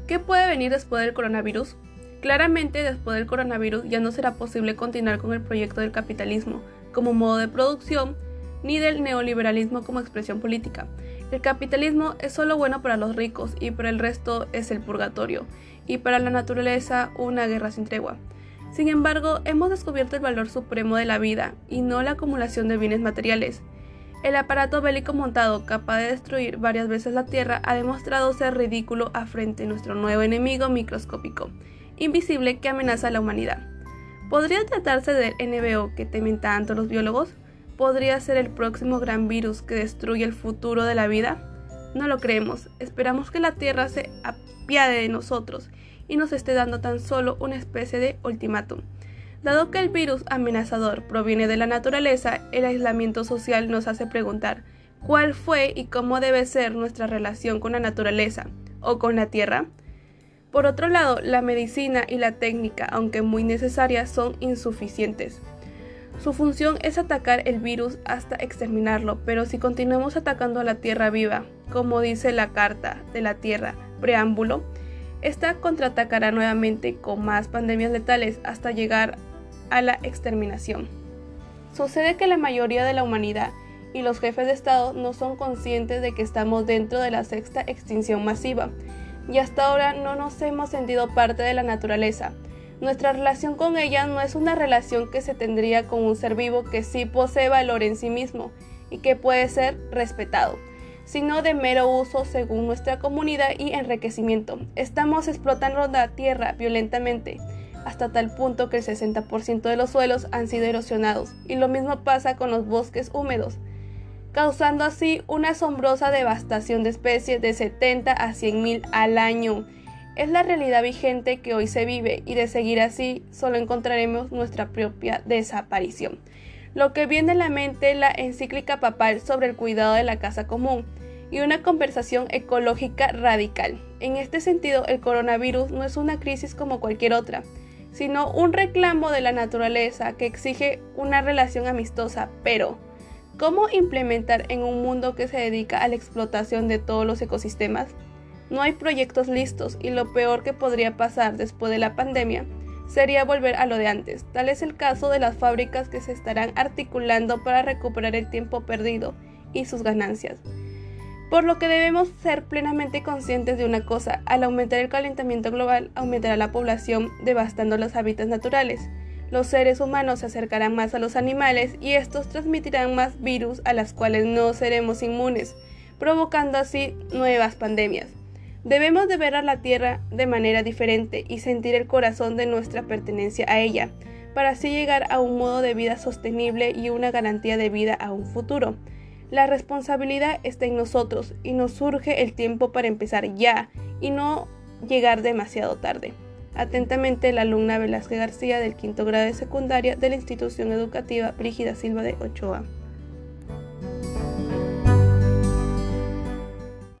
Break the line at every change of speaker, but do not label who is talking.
¿Qué puede venir después del coronavirus? Claramente, después del coronavirus ya no será posible continuar con el proyecto del capitalismo como modo de producción, ni del neoliberalismo como expresión política. El capitalismo es solo bueno para los ricos y para el resto es el purgatorio, y para la naturaleza una guerra sin tregua. Sin embargo, hemos descubierto el valor supremo de la vida y no la acumulación de bienes materiales. El aparato bélico montado, capaz de destruir varias veces la Tierra, ha demostrado ser ridículo frente a nuestro nuevo enemigo microscópico, invisible, que amenaza a la humanidad. ¿Podría tratarse del NBO que temen tanto los biólogos? ¿Podría ser el próximo gran virus que destruye el futuro de la vida? No lo creemos. Esperamos que la Tierra se apiade de nosotros y nos esté dando tan solo una especie de ultimátum. Dado que el virus amenazador proviene de la naturaleza, el aislamiento social nos hace preguntar ¿cuál fue y cómo debe ser nuestra relación con la naturaleza o con la Tierra? Por otro lado, la medicina y la técnica, aunque muy necesarias, son insuficientes. Su función es atacar el virus hasta exterminarlo, pero si continuamos atacando a la Tierra viva, como dice la Carta de la Tierra, preámbulo, esta contraatacará nuevamente con más pandemias letales hasta llegar a la exterminación. Sucede que la mayoría de la humanidad y los jefes de Estado no son conscientes de que estamos dentro de la sexta extinción masiva, y hasta ahora no nos hemos sentido parte de la naturaleza. Nuestra relación con ella no es una relación que se tendría con un ser vivo que sí posee valor en sí mismo y que puede ser respetado, sino de mero uso según nuestra comunidad y enriquecimiento. Estamos explotando la tierra violentamente, hasta tal punto que el 60% de los suelos han sido erosionados, y lo mismo pasa con los bosques húmedos, causando así una asombrosa devastación de especies de 70 a 100.000 al año. Es la realidad vigente que hoy se vive, y de seguir así solo encontraremos nuestra propia desaparición. Lo que viene a la mente la encíclica papal sobre el cuidado de la casa común y una conversación ecológica radical. En este sentido, el coronavirus no es una crisis como cualquier otra, sino un reclamo de la naturaleza que exige una relación amistosa. Pero, ¿cómo implementar en un mundo que se dedica a la explotación de todos los ecosistemas? No hay proyectos listos, y lo peor que podría pasar después de la pandemia sería volver a lo de antes. Tal es el caso de las fábricas que se estarán articulando para recuperar el tiempo perdido y sus ganancias. Por lo que debemos ser plenamente conscientes de una cosa: al aumentar el calentamiento global, aumentará la población, devastando los hábitats naturales. Los seres humanos se acercarán más a los animales y estos transmitirán más virus a las cuales no seremos inmunes, provocando así nuevas pandemias. Debemos de ver a la Tierra de manera diferente y sentir el corazón de nuestra pertenencia a ella, para así llegar a un modo de vida sostenible y una garantía de vida a un futuro. La responsabilidad está en nosotros y nos surge el tiempo para empezar ya y no llegar demasiado tarde. Atentamente, la alumna Velázquez García del 5º grado de secundaria de la institución educativa Brígida Silva de Ochoa.